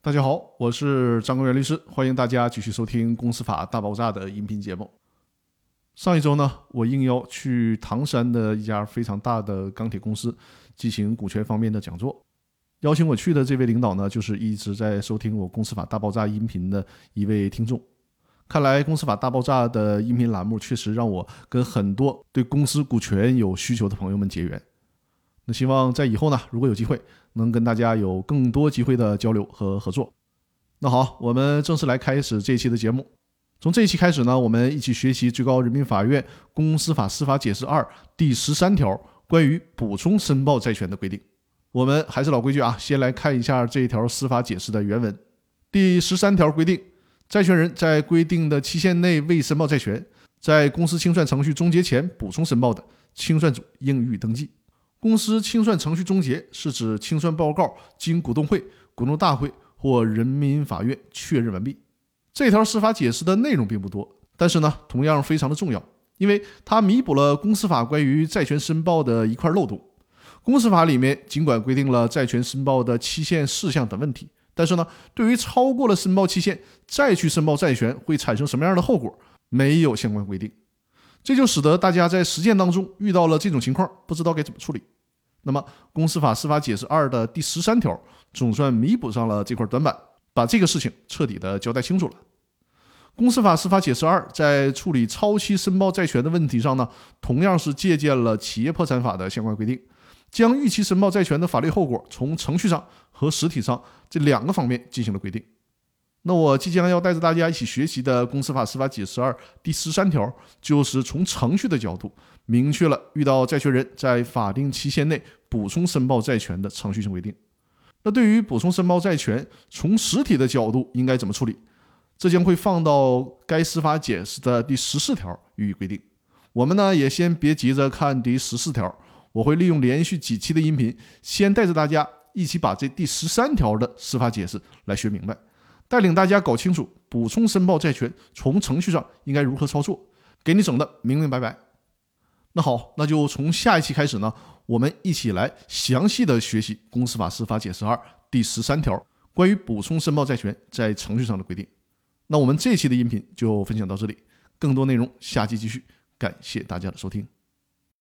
大家好，我是张根源律师，欢迎大家继续收听《公司法大爆炸》的音频节目。上一周呢，我应邀去唐山的一家非常大的钢铁公司进行股权方面的讲座。邀请我去的这位领导呢，就是一直在收听我《公司法大爆炸》音频的一位听众。看来《公司法大爆炸》的音频栏目确实让我跟很多对公司股权有需求的朋友们结缘。那希望在以后呢，如果有机会，能跟大家有更多机会的交流和合作。那好，我们正式来开始这一期的节目。从这一期开始呢，我们一起学习最高人民法院公司法司法解释2第13条关于补充申报债权的规定。我们还是老规矩啊，先来看一下这一条司法解释的原文。第13条规定，债权人在规定的期限内未申报债权，在公司清算程序终结前补充申报的，清算组应予登记。公司清算程序终结是指清算报告经股东会、股东大会或人民法院确认完毕。这条司法解释的内容并不多，但是呢，同样非常的重要，因为它弥补了公司法关于债权申报的一块漏洞。公司法里面尽管规定了债权申报的期限事项等问题，但是呢，对于超过了申报期限再去申报债权会产生什么样的后果，没有相关规定。这就使得大家在实践当中遇到了这种情况，不知道该怎么处理。那么公司法司法解释2的第13条总算弥补上了这块短板，把这个事情彻底的交代清楚了。公司法司法解释2在处理超期申报债权的问题上呢，同样是借鉴了企业破产法的相关规定，将逾期申报债权的法律后果从程序上和实体上这两个方面进行了规定。那我即将要带着大家一起学习的公司法司法解释2第13条就是从程序的角度明确了遇到债权人在法定期限内补充申报债权的程序性规定。那对于补充申报债权从实体的角度应该怎么处理，这将会放到该司法解释的第14条予以规定。我们呢也先别急着看第14条，我会利用连续几期的音频先带着大家一起把这第13条的司法解释来学明白，带领大家搞清楚补充申报债权从程序上应该如何操作，给你整的明明白白。那好，那就从下一期开始呢，我们一起来详细的学习公司法司法解释2第13条关于补充申报债权在程序上的规定。那我们这期的音频就分享到这里，更多内容下期继续，感谢大家的收听。